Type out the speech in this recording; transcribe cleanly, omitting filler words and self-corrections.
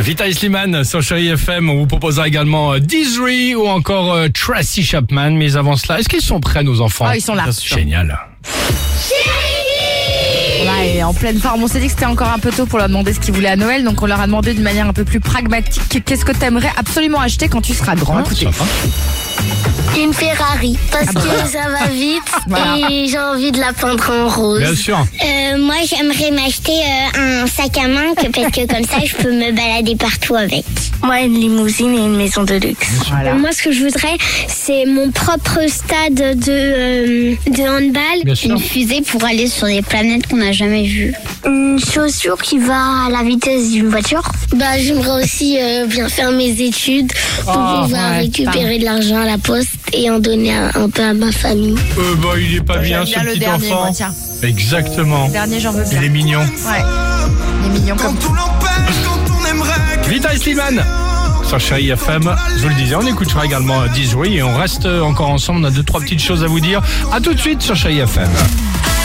Vita et Slimane sur Chérie FM. On vous proposera également Dizzy ou encore Tracy Chapman. Mais avant cela, est-ce qu'ils sont prêts, nos enfants? Ah, ils sont là. Génial. Là, et en pleine forme, on s'est dit que c'était encore un peu tôt pour leur demander ce qu'ils voulaient à Noël, donc on leur a demandé de manière un peu plus pragmatique qu'est-ce que t'aimerais absolument acheter quand tu seras grand. Écoutez. Une Ferrari, parce que ça va vite et j'ai envie de la peindre en rose. Bien sûr. Moi, j'aimerais m'acheter un sac à main parce que comme ça, je peux me balader partout avec. Moi, une limousine et une maison de luxe. Voilà. Moi, ce que je voudrais, c'est mon propre stade de handball. Bien sûr. Une fusée pour aller sur des planètes qu'on n'a jamais vues. Une chaussure qui va à la vitesse d'une voiture. J'aimerais aussi bien faire mes études pour pouvoir récupérer de l'argent à la poste et en donner un peu à ma famille. Il est pas bien, ce J'aime bien le petit dernier, enfant. moi, tiens. Exactement. Le dernier, j'en veux bien. Il est mignon. Ouais. Il est mignon comme tout. Vita et Slimane sur Chérie FM. Je vous le disais, on écoutera également Dizzy et on reste encore ensemble. On a 2-3 petites choses à vous dire. À tout de suite sur Chérie FM.